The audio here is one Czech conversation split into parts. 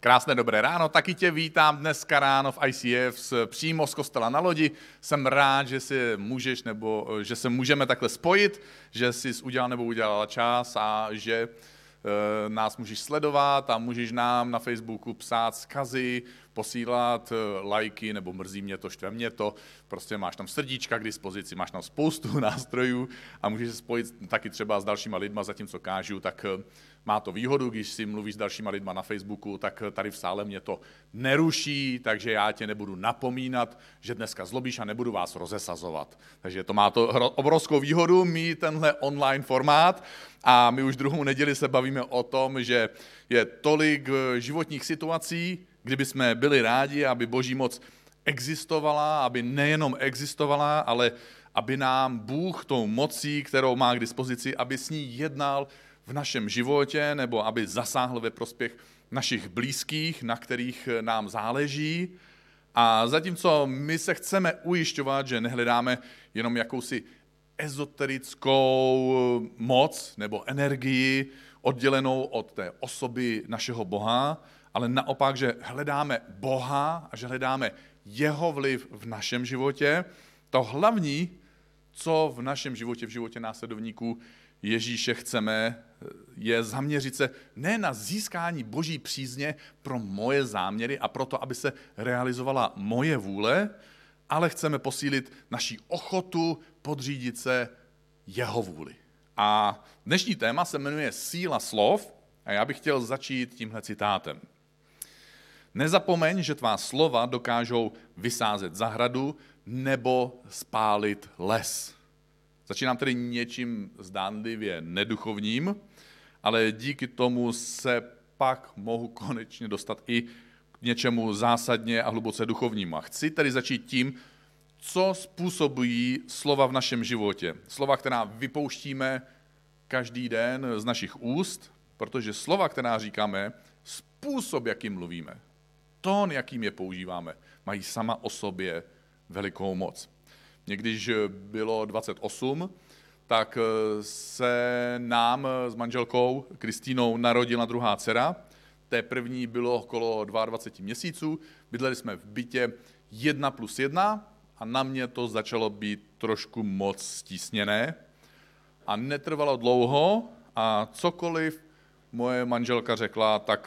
Krásné dobré ráno, taky tě vítám dneska ráno v ICF přímo z kostela na Lodi. Jsem rád, že si můžeš nebo že se můžeme takhle spojit, že jsi udělal nebo udělala čas a že nás můžeš sledovat a můžeš nám na Facebooku psát vzkazy, posílat lajky, nebo mrzí mě to, štve mě to, prostě máš tam srdíčka k dispozici, máš tam spoustu nástrojů a můžeš se spojit taky třeba s dalšíma lidma, zatímco kážu, tak má to výhodu, když si mluvíš s dalšíma lidma na Facebooku, tak tady v sále mě to neruší, takže já tě nebudu napomínat, že dneska zlobíš a nebudu vás rozesazovat. Takže to má to obrovskou výhodu, mít tenhle online formát a my už druhou neděli se bavíme o tom, že je tolik životních situací, kdyby jsme byli rádi, aby Boží moc existovala, aby nejenom existovala, ale aby nám Bůh tou mocí, kterou má k dispozici, aby s ní jednal v našem životě, nebo aby zasáhl ve prospěch našich blízkých, na kterých nám záleží. A zatímco my se chceme ujišťovat, že nehledáme jenom jakousi ezoterickou moc nebo energii oddělenou od té osoby našeho Boha, ale naopak, že hledáme Boha a že hledáme jeho vliv v našem životě, to hlavní, co v našem životě, v životě následovníků Ježíše chceme, je zaměřit se ne na získání Boží přízně pro moje záměry a proto, aby se realizovala moje vůle, ale chceme posílit naši ochotu podřídit se jeho vůli. A dnešní téma se jmenuje Síla slov a já bych chtěl začít tímhle citátem. Nezapomeň, že tvá slova dokážou vysázet zahradu nebo spálit les. Začínám tedy něčím zdánlivě neduchovním, ale díky tomu se pak mohu konečně dostat i k něčemu zásadně a hluboce duchovnímu. A chci tedy začít tím, co způsobují slova v našem životě. Slova, která vypouštíme každý den z našich úst, protože slova, která říkáme, způsob, jakým mluvíme, tón, jakým je používáme, mají sama o sobě velikou moc. Mně když bylo 28, tak se nám s manželkou Kristýnou narodila druhá dcera. Té první bylo okolo 22 měsíců. Bydleli jsme v bytě 1+1 a na mě to začalo být trošku moc stísněné. A netrvalo dlouho a cokoliv moje manželka řekla, tak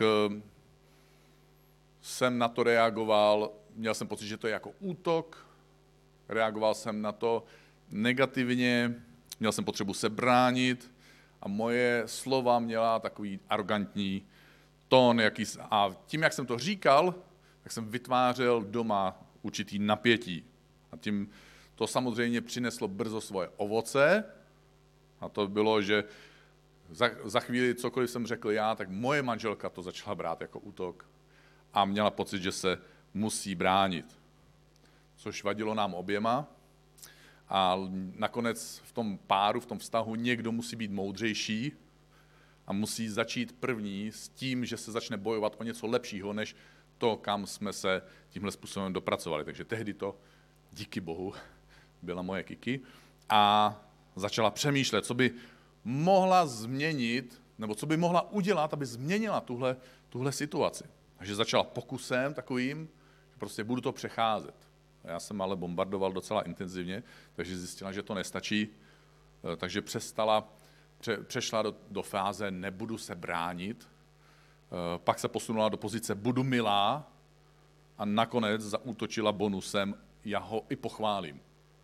jsem na to reagoval. Měl jsem pocit, že to je jako útok. Reagoval jsem na to negativně, měl jsem potřebu se bránit a moje slova měla takový arrogantní tón. A tím, jak jsem to říkal, tak jsem vytvářel doma určitý napětí. A tím to samozřejmě přineslo brzo svoje ovoce. A to bylo, že za chvíli cokoliv jsem řekl já, tak moje manželka to začala brát jako útok a měla pocit, že se musí bránit. Což vadilo nám oběma. A nakonec v tom páru, v tom vztahu někdo musí být moudřejší a musí začít první s tím, že se začne bojovat o něco lepšího, než to, kam jsme se tímhle způsobem dopracovali. Takže tehdy to, díky Bohu, byla moje Kiki a začala přemýšlet, co by mohla změnit, nebo co by mohla udělat, aby změnila tuhle situaci. Takže začala pokusem takovým, že prostě budu to přecházet. Já jsem ale bombardoval docela intenzivně, takže zjistila, že to nestačí, takže přešla do fáze nebudu se bránit, pak se posunula do pozice budu milá a nakonec zaútočila bonusem já ho i pochválím.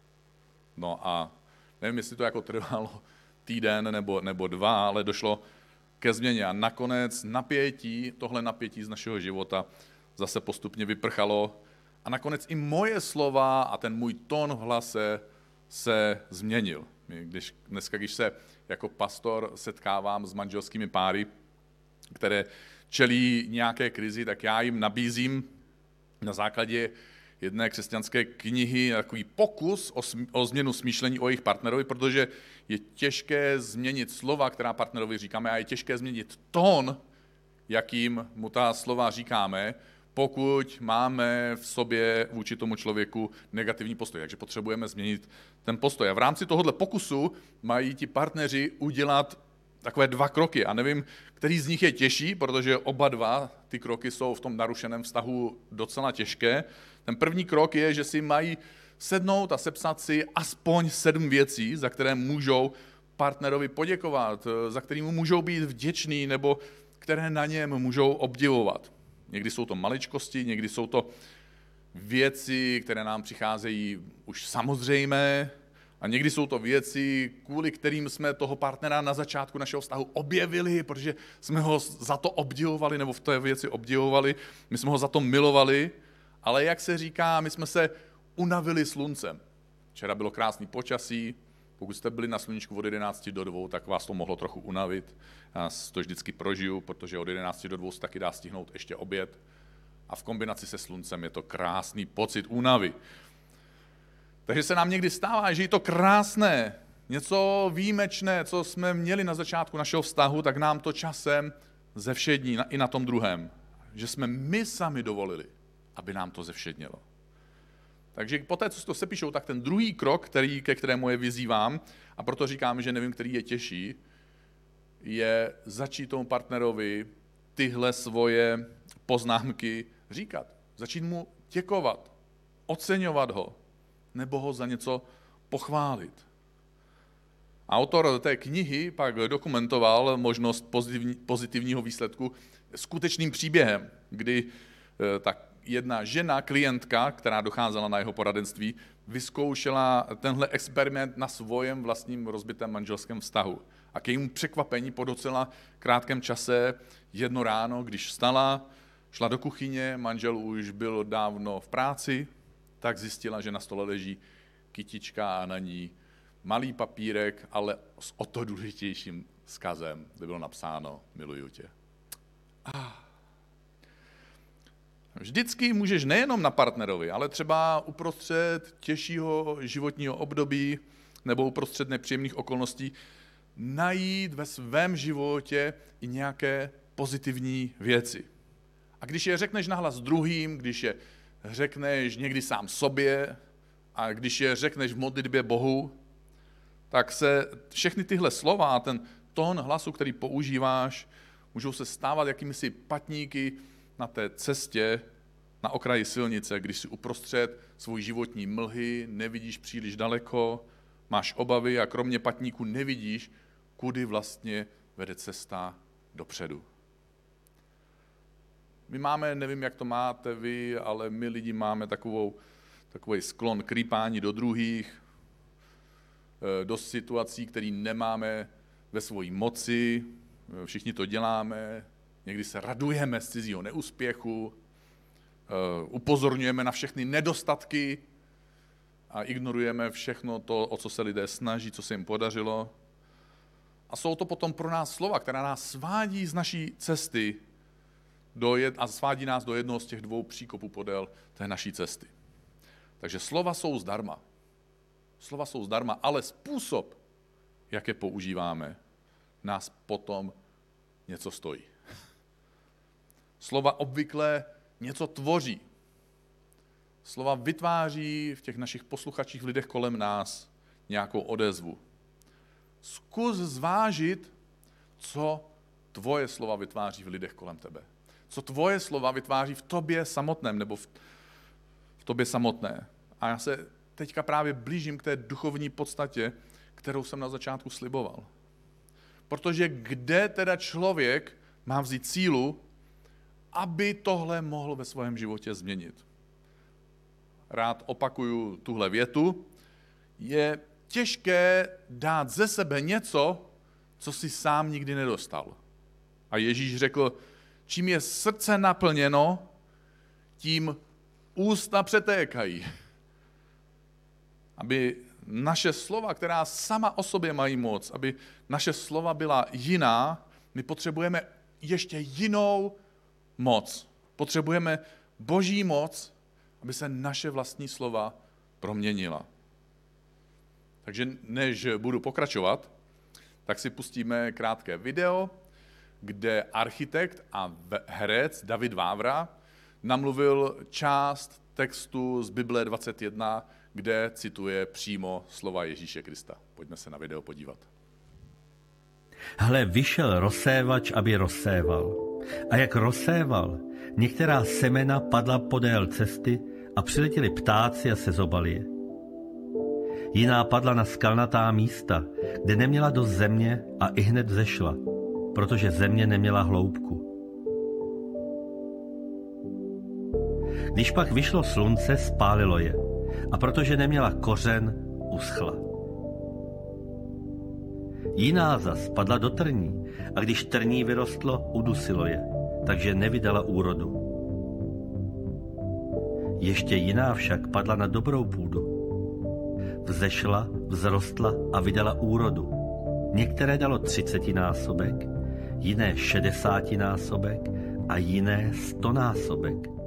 No a nevím, jestli to jako trvalo týden nebo dva, ale došlo ke změně a nakonec tohle napětí z našeho života zase postupně vyprchalo a nakonec i moje slova a ten můj tón v hlase se změnil. Dneska, když se jako pastor setkávám s manželskými páry, které čelí nějaké krizi, tak já jim nabízím na základě jedné křesťanské knihy takový pokus o změnu smýšlení o jejich partnerovi, protože je těžké změnit slova, která partnerovi říkáme, a je těžké změnit tón, jakým mu ta slova říkáme, pokud máme v sobě vůči tomu člověku negativní postoj. Takže potřebujeme změnit ten postoj. A v rámci tohohle pokusu mají ti partneři udělat takové 2 kroky a nevím, který z nich je těžší, protože oba dva ty kroky jsou v tom narušeném vztahu docela těžké. Ten první krok je, že si mají sednout a sepsat si aspoň 7 věcí, za které můžou partnerovi poděkovat, za kterými můžou být vděční nebo které na něm můžou obdivovat. Někdy jsou to maličkosti, někdy jsou to věci, které nám přicházejí už samozřejmé, a někdy jsou to věci, kvůli kterým jsme toho partnera na začátku našeho vztahu objevili, protože jsme ho za to obdivovali, nebo v té věci obdivovali, my jsme ho za to milovali, ale jak se říká, my jsme se unavili sluncem. Včera bylo krásný počasí, pokud jste byli na sluníčku od 11 do 2, tak vás to mohlo trochu unavit. Já to vždycky prožiju, protože od 11 do 2 se taky dá stihnout ještě oběd. A v kombinaci se sluncem je to krásný pocit únavy. Takže se nám někdy stává, že je to krásné, něco výjimečné, co jsme měli na začátku našeho vztahu, tak nám to časem zevšední i na tom druhém. Že jsme my sami dovolili, aby nám to zevšednilo. Takže poté, co si to sepíšou, tak ten druhý krok, ke kterému je vyzývám, a proto říkám, že nevím, který je těžší, je začít tomu partnerovi tyhle svoje poznámky říkat. Začít mu děkovat, oceňovat ho, nebo ho za něco pochválit. Autor té knihy pak dokumentoval možnost pozitivního výsledku skutečným příběhem, kdy tak jedna žena, klientka, která docházela na jeho poradenství, vyzkoušela tenhle experiment na svém vlastním rozbitém manželském vztahu. A k jejímu překvapení po docela krátkém čase jedno ráno, když vstala, šla do kuchyně, manžel už byl dávno v práci, tak zjistila, že na stole leží kytička a na ní malý papírek, ale s o to důležitějším vzkazem, kde bylo napsáno miluju tě. Vždycky můžeš nejenom na partnerovi, ale třeba uprostřed těžšího životního období nebo uprostřed nepříjemných okolností najít ve svém životě i nějaké pozitivní věci. A když je řekneš nahlas druhým, když je řekneš někdy sám sobě a když je řekneš v modlitbě Bohu, tak se všechny tyhle slova a ten tón hlasu, který používáš, můžou se stávat jakýmisi patníky na té cestě na okraji silnice, když si uprostřed svojí životní mlhy, nevidíš příliš daleko, máš obavy a kromě patníku nevidíš, kudy vlastně vede cesta dopředu. My máme, nevím, jak to máte vy, ale my lidi máme takový sklon k rýpání do druhých, do situací, které nemáme ve své moci, všichni to děláme, někdy se radujeme z cizího neúspěchu, upozorňujeme na všechny nedostatky a ignorujeme všechno to, o co se lidé snaží, co se jim podařilo. A jsou to potom pro nás slova, která nás svádí z naší cesty a svádí nás do jednoho z těch 2 příkopů podél té naší cesty. Takže slova jsou zdarma. Slova jsou zdarma, ale způsob, jak je používáme, nás potom něco stojí. Slova obvykle něco tvoří. Slova vytváří v těch našich posluchačích, v lidech kolem nás nějakou odezvu. Zkus zvážit, co tvoje slova vytváří v lidech kolem tebe. Co tvoje slova vytváří v tobě samotném, nebo v tobě samotné. A já se teďka právě blížím k té duchovní podstatě, kterou jsem na začátku sliboval. Protože kde teda člověk má vzít sílu, aby tohle mohl ve svém životě změnit? Rád opakuju tuhle větu. Je těžké dát ze sebe něco, co si sám nikdy nedostal. A Ježíš řekl, čím je srdce naplněno, tím ústa přetékají. Aby naše slova, která sama o sobě mají moc, aby naše slova byla jiná, my potřebujeme ještě jinou moc. Potřebujeme Boží moc, aby se naše vlastní slova proměnila. Takže než budu pokračovat, tak si pustíme krátké video, kde architekt a herec David Vávra namluvil část textu z Bible 21, kde cituje přímo slova Ježíše Krista. Pojďme se na video podívat. Hle, vyšel rozsévač, aby rozséval. A jak rozséval, některá semena padla podél cesty a přiletěli ptáci a sezobali je. Jiná padla na skalnatá místa, kde neměla dost země a ihned vzešla, protože země neměla hloubku. Když pak vyšlo slunce, spálilo je, a protože neměla kořen, uschla. Jiná zas padla do trní, a když trní vyrostlo, udusilo je, takže nevydala úrodu. Ještě jiná však padla na dobrou půdu. Vzešla, vzrostla a vydala úrodu. Některé dalo 30násobek, jiné 60násobek a jiné 100násobek.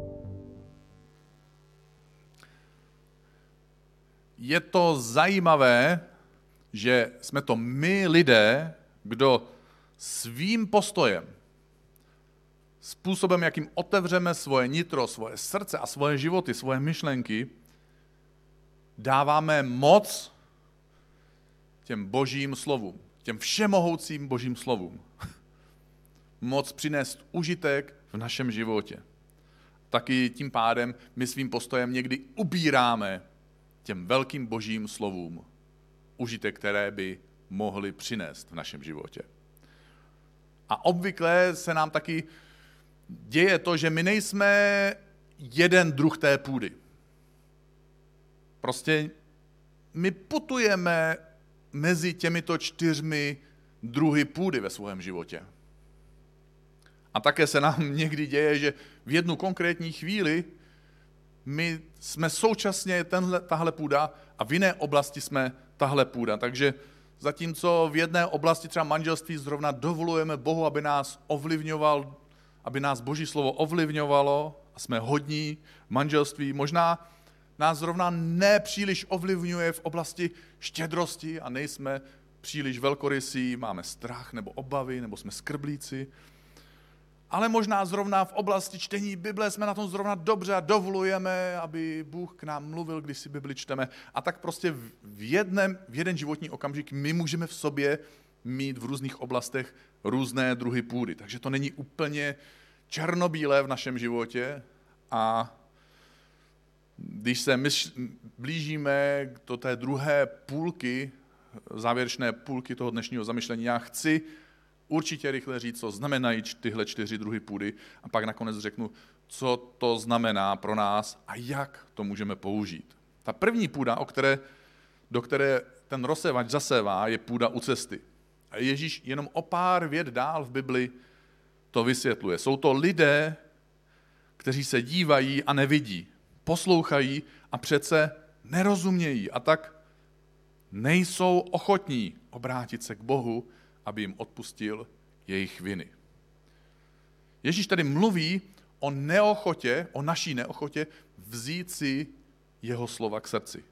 Je to zajímavé, že jsme to my lidé, kdo svým postojem, způsobem, jakým otevřeme svoje nitro, svoje srdce a svoje životy, svoje myšlenky, dáváme moc těm božím slovům, těm všemohoucím božím slovům. Moc přinést užitek v našem životě. Taky tím pádem my svým postojem někdy ubíráme těm velkým božím slovům užitek, které by mohly přinést v našem životě. A obvykle se nám taky děje to, že my nejsme jeden druh té půdy. Prostě my putujeme mezi těmito 4 druhy půdy ve svém životě. A také se nám někdy děje, že v jednu konkrétní chvíli my jsme současně tahle půda a v jiné oblasti jsme tahle půda. Takže zatímco v jedné oblasti třeba manželství zrovna dovolujeme Bohu, aby nás ovlivňoval, aby nás Boží slovo ovlivňovalo a jsme hodní manželství, možná nás zrovna nepříliš ovlivňuje v oblasti štědrosti a nejsme příliš velkorysí, máme strach nebo obavy, nebo jsme skrblíci. Ale možná zrovna v oblasti čtení Bible jsme na tom zrovna dobře a dovolujeme, aby Bůh k nám mluvil, když si Bibli čteme. A tak prostě v jeden životní okamžik my můžeme v sobě mít v různých oblastech různé druhy půdy. Takže to není úplně černobílé v našem životě. A když se blížíme do té druhé půlky, závěrečné půlky toho dnešního zamyšlení, já chci určitě rychle říct, co znamenají tyhle 4 druhy půdy a pak nakonec řeknu, co to znamená pro nás a jak to můžeme použít. Ta první půda, do které ten rozsévač zasévá, je půda u cesty. A Ježíš jenom o pár vět dál v Bibli to vysvětluje. Jsou to lidé, kteří se dívají a nevidí, poslouchají a přece nerozumějí a tak nejsou ochotní obrátit se k Bohu, aby jim odpustil jejich viny. Ježíš tady mluví o neochotě, o naší neochotě vzít si jeho slova k srdci.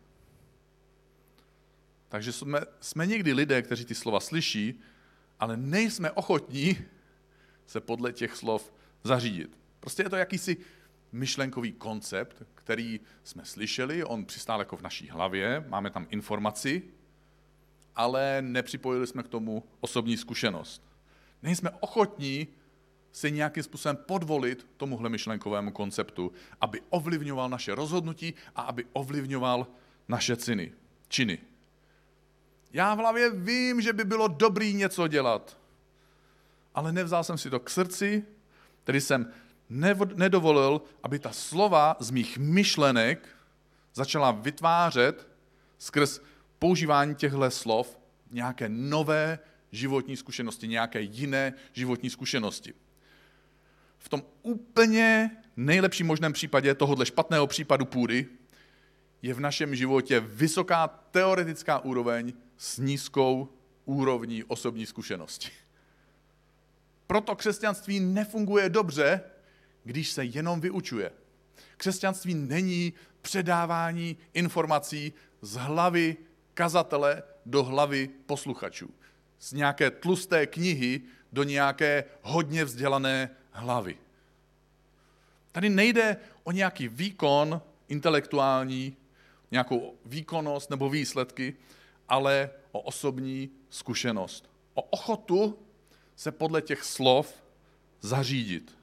Takže jsme někdy lidé, kteří ty slova slyší, ale nejsme ochotní se podle těch slov zařídit. Prostě je to jakýsi myšlenkový koncept, který jsme slyšeli, on přistál jako v naší hlavě, máme tam informaci, ale nepřipojili jsme k tomu osobní zkušenost. Nejsme ochotní se nějakým způsobem podvolit tomuhle myšlenkovému konceptu, aby ovlivňoval naše rozhodnutí a aby ovlivňoval naše činy. Já v hlavě vím, že by bylo dobrý něco dělat, ale nevzal jsem si to k srdci, tedy jsem nedovolil, aby ta slova z mých myšlenek začala vytvářet skrz používání těchto slov nějaké nové životní zkušenosti, nějaké jiné životní zkušenosti. V tom úplně nejlepším možném případě tohohle špatného případu půdy je v našem životě vysoká teoretická úroveň s nízkou úrovní osobní zkušenosti. Proto křesťanství nefunguje dobře, když se jenom vyučuje. Křesťanství není předávání informací z hlavy kazatele do hlavy posluchačů. Z nějaké tlusté knihy do nějaké hodně vzdělané hlavy. Tady nejde o nějaký výkon intelektuální, nějakou výkonnost nebo výsledky, ale o osobní zkušenost. o ochotu se podle těch slov zařídit.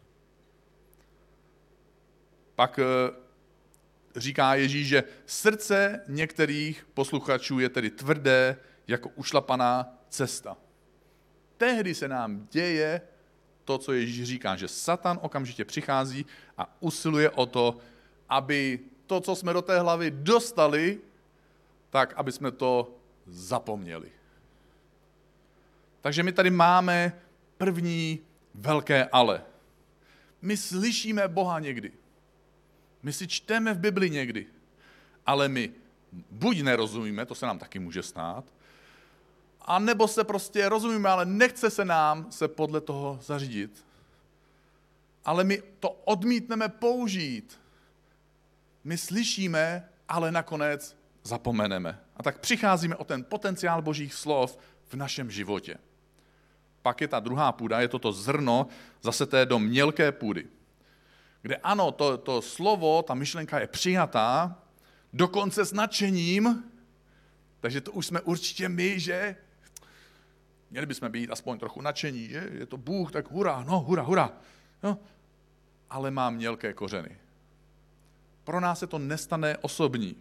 Pak říká Ježíš, že srdce některých posluchačů je tedy tvrdé, jako ušlapaná cesta. Tehdy se nám děje to, co Ježíš říká, že Satan okamžitě přichází a usiluje o to, aby to, co jsme do té hlavy dostali, tak aby jsme to zapomněli. Takže my tady máme první velké ale. My slyšíme Boha někdy. My si čteme v Bibli někdy. Ale my buď nerozumíme, to se nám taky může stát, a nebo se prostě rozumíme, ale nechce se nám se podle toho zařídit. Ale my to odmítneme použít. My slyšíme, ale nakonec zapomeneme. A tak přicházíme o ten potenciál Božích slov v našem životě. Pak je ta druhá půda, je toto zrno zaseté do mělké půdy. Kde ano, to slovo, ta myšlenka je přijatá, dokonce s nadšením, takže to už jsme určitě my, že měli bychom být aspoň trochu nadšení, že je to Bůh, tak hurá, no hurá, hurá. No, ale má mělké kořeny. Pro nás se to nestane osobní.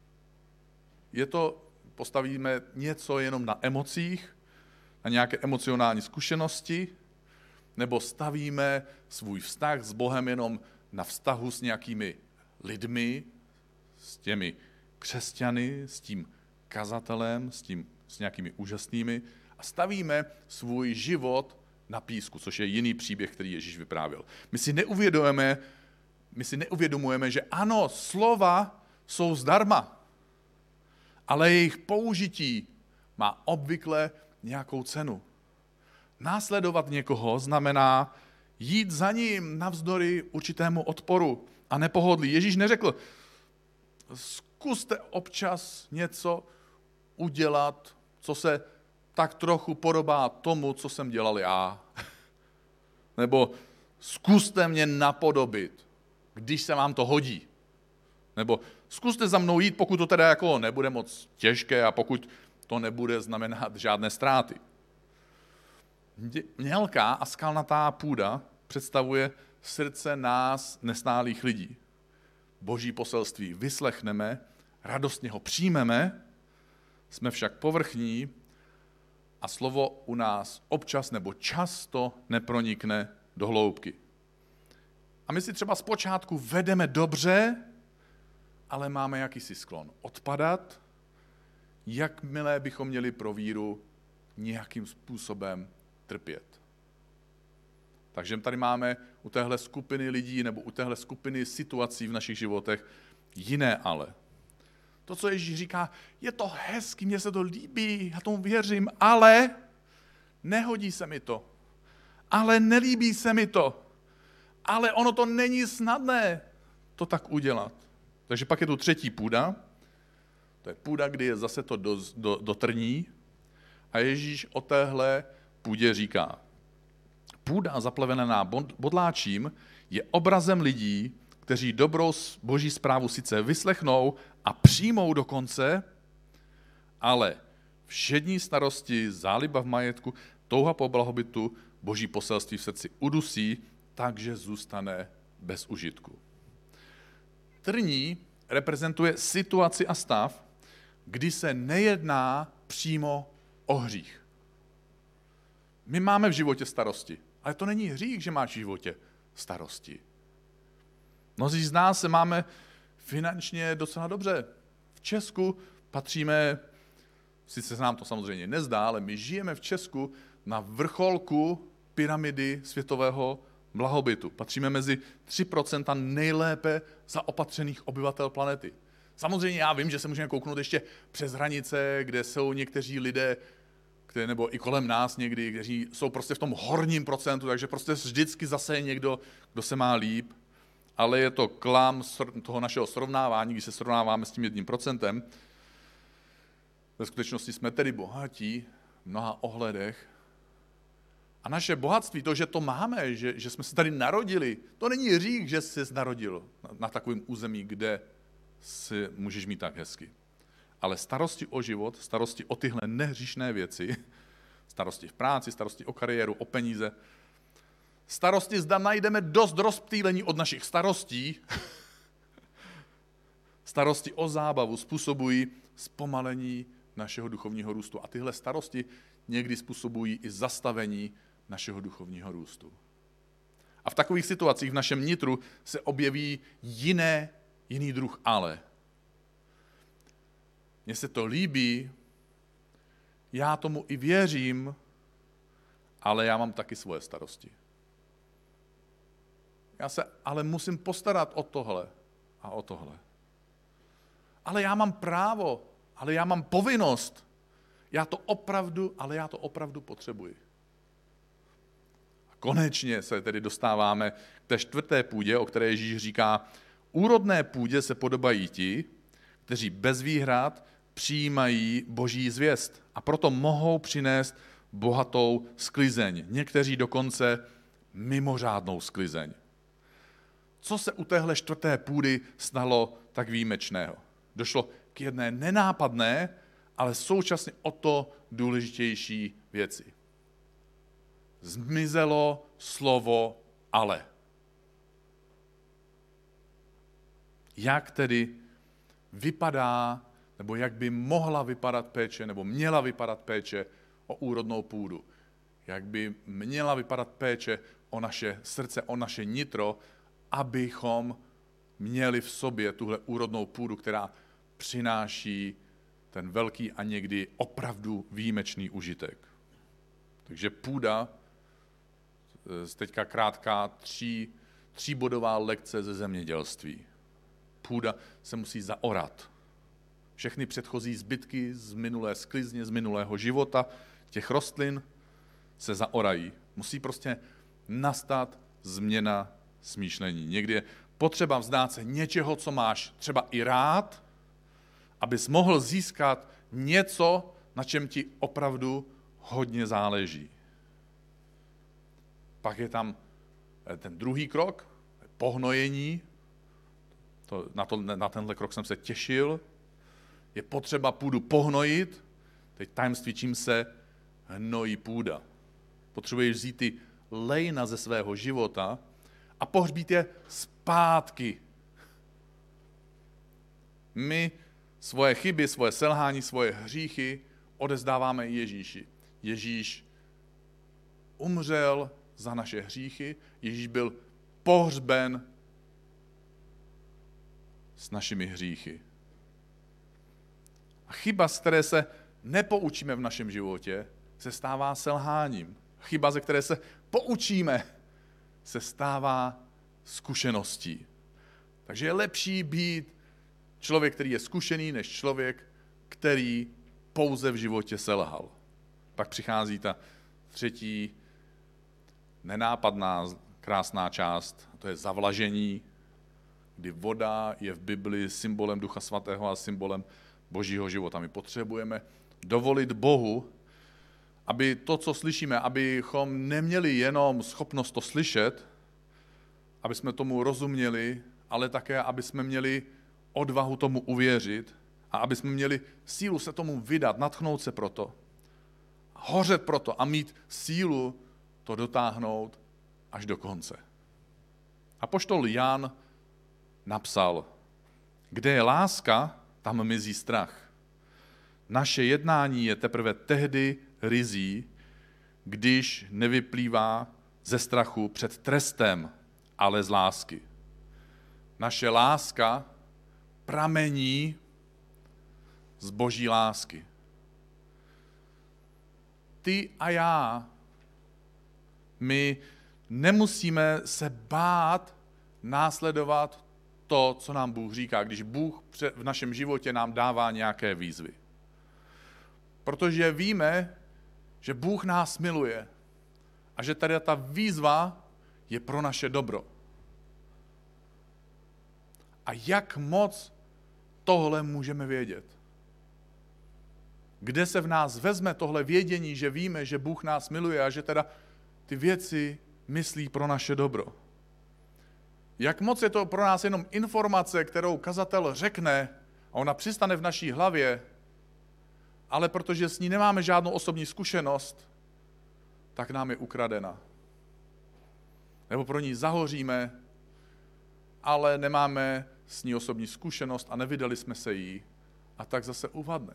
Postavíme něco jenom na emocích, na nějaké emocionální zkušenosti, nebo stavíme svůj vztah s Bohem jenom na vztahu s nějakými lidmi, s těmi křesťany, s tím kazatelem, s nějakými úžasnými a stavíme svůj život na písku, což je jiný příběh, který Ježíš vyprávěl. My si neuvědomujeme, že ano, slova jsou zdarma, ale jejich použití má obvykle nějakou cenu. Následovat někoho znamená jít za ním navzdory určitému odporu a nepohodlí. Ježíš neřekl, zkuste občas něco udělat, co se tak trochu podobá tomu, co jsem dělal já. Nebo zkuste mě napodobit, když se vám to hodí. Nebo zkuste za mnou jít, pokud to teda jako nebude moc těžké a pokud to nebude znamenat žádné ztráty. Mělká a skalnatá půda představuje srdce nás nesnálých lidí. Boží poselství vyslechneme, radostně ho přijmeme, jsme však povrchní a slovo u nás občas nebo často nepronikne do hloubky. A my si třeba zpočátku vedeme dobře, ale máme jakýsi sklon odpadat, jakmile bychom měli pro víru nějakým způsobem trpět. Takže tady máme u téhle skupiny lidí nebo u téhle skupiny situací v našich životech jiné ale. To, co Ježíš říká, je to hezký, mně se to líbí, já tomu věřím, ale nehodí se mi to. Ale nelíbí se mi to. Ale ono to není snadné to tak udělat. Takže pak je tu třetí půda. To je půda, kdy je zase to do trní. A Ježíš o téhle půdě říká. Půda zaplevená bodláčím je obrazem lidí, kteří dobrou boží zprávu sice vyslechnou a přijmou dokonce, ale všední starosti, záliba v majetku, touha po blahobytu, boží poselství v srdci udusí, takže zůstane bez užitku. Trní reprezentuje situaci a stav, kdy se nejedná přímo o hřích. My máme v životě starosti, ale to není hřích, že máš v životě starosti. Mnozí z nás se máme finančně docela dobře. V Česku patříme, sice se nám to samozřejmě nezdá, ale my žijeme v Česku na vrcholku pyramidy světového blahobytu. Patříme mezi 3% nejlépe zaopatřených obyvatel planety. Samozřejmě já vím, že se můžeme kouknout ještě přes hranice, kde jsou někteří lidé, nebo i kolem nás někdy, kteří jsou prostě v tom horním procentu, takže prostě vždycky zase je někdo, kdo se má líp, ale je to klam toho našeho srovnávání, když se srovnáváme s tím 1%. Ve skutečnosti jsme tedy bohatí v mnoha ohledech. A naše bohatství, to, že to máme, že jsme se tady narodili, to není hřích, že jsi narodil na takovém území, kde si můžeš mít tak hezky. Ale starosti o život, starosti o tyhle nehříšné věci, Starosti v práci, starosti o kariéru, o peníze. Starosti, zda najdeme dost rozptýlení od našich starostí. Starosti o zábavu způsobují zpomalení našeho duchovního růstu. A tyhle starosti někdy způsobují i zastavení našeho duchovního růstu. A v takových situacích v našem nitru se objeví jiný druh ale. Mně se to líbí, já tomu i věřím, ale já mám taky svoje starosti. Já se ale musím postarat o tohle a o tohle. Ale já mám právo, ale já mám povinnost. Já to opravdu potřebuji. A konečně se tedy dostáváme k té čtvrté půdě, o které Ježíš říká, úrodné půdě se podobají ti, kteří bez výhrad přijímají Boží zvěst a proto mohou přinést bohatou sklizeň. Někteří dokonce mimořádnou sklizeň. Co se u téhle čtvrté půdy stalo tak výjimečného? Došlo k jedné nenápadné, ale současně o to důležitější věci. Zmizelo slovo ale. Jak tedy vypadá, nebo jak by mohla vypadat péče, nebo měla vypadat péče o úrodnou půdu? Jak by měla vypadat péče o naše srdce, o naše nitro, abychom měli v sobě tuhle úrodnou půdu, která přináší ten velký a někdy opravdu výjimečný užitek. Takže půda, teďka krátká tříbodová lekce ze zemědělství. Půda se musí zaorat. Všechny předchozí zbytky z minulé sklizně, z minulého života, těch rostlin se zaorají. Musí prostě nastat změna smýšlení. Někdy je potřeba vzdát se něčeho, co máš třeba i rád, abys mohl získat něco, na čem ti opravdu hodně záleží. Pak je tam ten druhý krok, pohnojení. Na tenhle krok jsem se těšil. Je potřeba půdu pohnojit. Teď tajemství, čím se hnojí půda. Potřebuješ vzít ty lejna ze svého života a pohřbít je zpátky. My svoje chyby, svoje selhání, svoje hříchy odevzdáváme Ježíši. Ježíš umřel za naše hříchy, Ježíš byl pohřben s našimi hříchy. A chyba, z které se nepoučíme v našem životě, se stává selháním. Chyba, ze které se poučíme, se stává zkušeností. Takže je lepší být člověk, který je zkušený, než člověk, který pouze v životě selhal. Pak přichází ta třetí nenápadná, krásná část, to je zavlažení, kdy voda je v Bibli symbolem Ducha Svatého a symbolem Božího života. My potřebujeme dovolit Bohu, aby to, co slyšíme, abychom neměli jenom schopnost to slyšet, aby jsme tomu rozuměli, ale také, aby jsme měli odvahu tomu uvěřit a aby jsme měli sílu se tomu vydat, nadchnout se proto, hořet proto a mít sílu to dotáhnout až do konce. Apoštol Jan napsal, kde je láska, tam mizí strach. Naše jednání je teprve tehdy ryzí, když nevyplývá ze strachu před trestem, ale z lásky. Naše láska pramení z Boží lásky. Ty a já, my nemusíme se bát následovat to, co nám Bůh říká, když Bůh v našem životě nám dává nějaké výzvy. Protože víme, že Bůh nás miluje a že tady ta výzva je pro naše dobro. A jak moc tohle můžeme vědět? Kde se v nás vezme tohle vědění, že víme, že Bůh nás miluje a že teda ty věci myslí pro naše dobro? Jak moc je to pro nás jenom informace, kterou kazatel řekne a ona přistane v naší hlavě, ale protože s ní nemáme žádnou osobní zkušenost, tak nám je ukradena. Nebo pro ní zahoříme, ale nemáme s ní osobní zkušenost a nevydali jsme se jí a tak zase uvadne.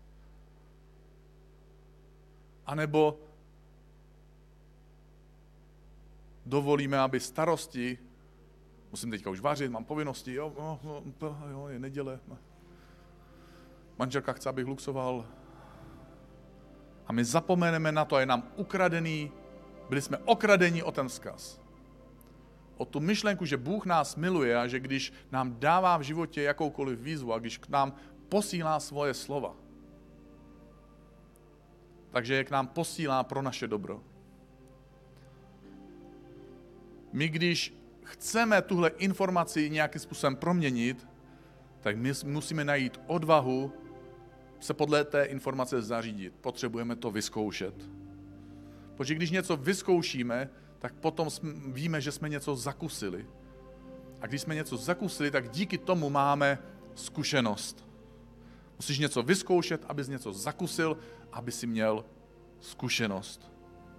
A nebo dovolíme, aby starosti, musím teďka už vařit, mám povinnosti, jo, je neděle. Manželka chce, abych luxoval. A my zapomeneme na to a je nám ukradený, byli jsme okradeni o ten vzkaz. O tu myšlenku, že Bůh nás miluje a že když nám dává v životě jakoukoliv výzvu a když k nám posílá svoje slova, takže je k nám posílá pro naše dobro. My když chceme tuhle informaci nějakým způsobem proměnit, tak my musíme najít odvahu se podle té informace zařídit. Potřebujeme to vyzkoušet. Protože když něco vyzkoušíme, tak potom víme, že jsme něco zakusili. A když jsme něco zakusili, tak díky tomu máme zkušenost. Musíš něco vyzkoušet, abys něco zakusil, aby si měl zkušenost.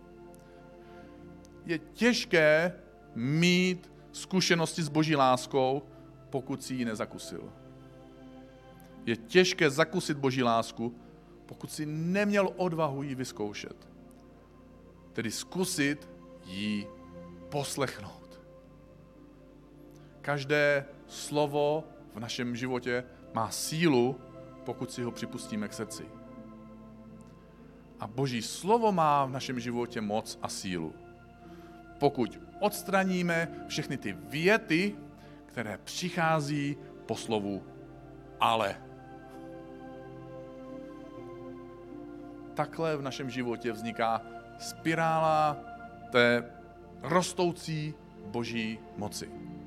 Je těžké mít zkušenosti s Boží láskou, pokud si ji nezakusil. Je těžké zakusit Boží lásku, pokud si neměl odvahu ji vyzkoušet. Tedy zkusit ji poslechnout. Každé slovo v našem životě má sílu, pokud si ho připustíme k srdci. A Boží slovo má v našem životě moc a sílu. Pokud odstraníme všechny ty věty, které přichází po slovu ale. Takhle v našem životě vzniká spirála té rostoucí Boží moci.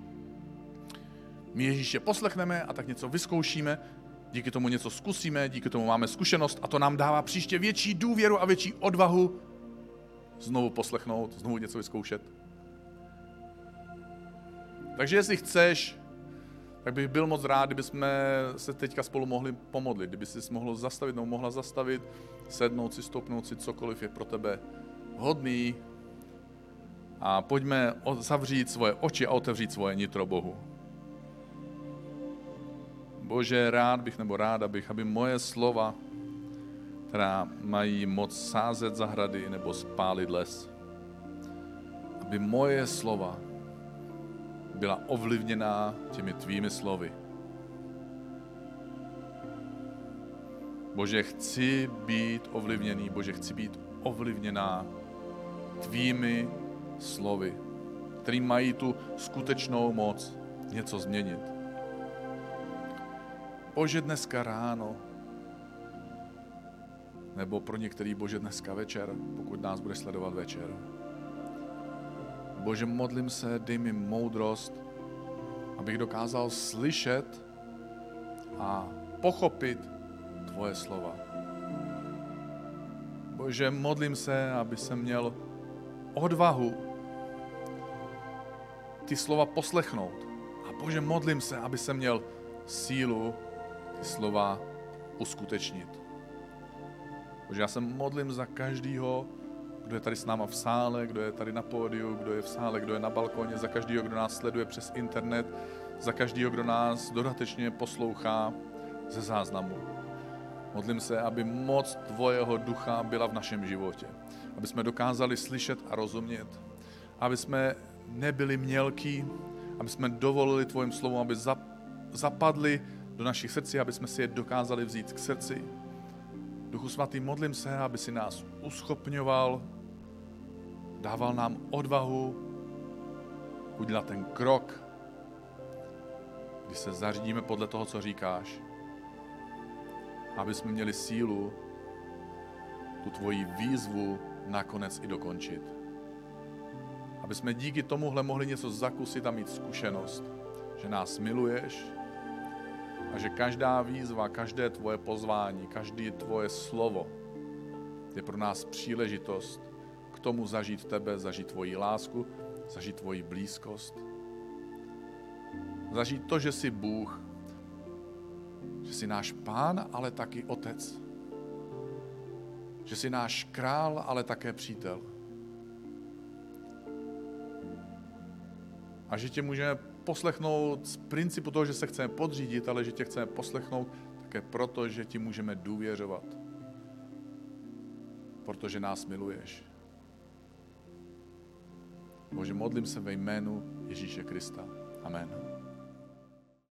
My Ježíše poslechneme a tak něco vyzkoušíme, díky tomu něco zkusíme, díky tomu máme zkušenost a to nám dává příště větší důvěru a větší odvahu znovu poslechnout, znovu něco vyzkoušet. Takže jestli chceš, tak bych byl moc rád, kdybychom se teďka spolu mohli pomodlit, kdyby jsi mohl zastavit nebo mohla zastavit, sednout si, stoupnout si, cokoliv je pro tebe vhodný a pojďme zavřít svoje oči a otevřít svoje nitro Bohu. Bože, rád bych nebo ráda bych, aby moje slova, která mají moc sázet zahrady nebo spálit les, aby moje slova byla ovlivněná těmi tvými slovy. Bože, chci být ovlivněný, Bože, chci být ovlivněná tvými slovy, který mají tu skutečnou moc něco změnit. Bože, dneska ráno, nebo pro některý, Bože, dneska večer, pokud nás bude sledovat večer. Bože, modlím se, dej mi moudrost, abych dokázal slyšet a pochopit tvoje slova. Bože, modlím se, aby jsem měl odvahu ty slova poslechnout. A Bože, modlím se, aby jsem měl sílu ty slova uskutečnit. Bože, já se modlím za každýho, kdo je tady s náma v sále, kdo je tady na pódiu, kdo je v sále, kdo je na balkoně, za každýho, kdo nás sleduje přes internet, za každýho, kdo nás dodatečně poslouchá ze záznamu. Modlím se, aby moc tvojeho ducha byla v našem životě. Aby jsme dokázali slyšet a rozumět. Aby jsme nebyli mělký, aby jsme dovolili tvojim slovům, aby zapadli do našich srdcí, aby jsme si je dokázali vzít k srdci. Duchu svatý, modlím se, aby si nás uschopňoval, dával nám odvahu udělat ten krok, kdy se zařídíme podle toho, co říkáš, aby jsme měli sílu tu tvoji výzvu nakonec i dokončit. Aby jsme díky tomuhle mohli něco zakusit a mít zkušenost, že nás miluješ a že každá výzva, každé tvoje pozvání, každé tvoje slovo je pro nás příležitost k tomu zažít tebe, zažít tvoji lásku, zažít tvoji blízkost. Zažít to, že jsi Bůh, že jsi náš Pán, ale taky Otec. Že jsi náš král, ale také přítel. A že tě můžeme poslechnout z principu toho, že se chceme podřídit, ale že tě chceme poslechnout také proto, že ti můžeme důvěřovat. Protože nás miluješ. Bože, modlím se ve jménu Ježíše Krista. Amen.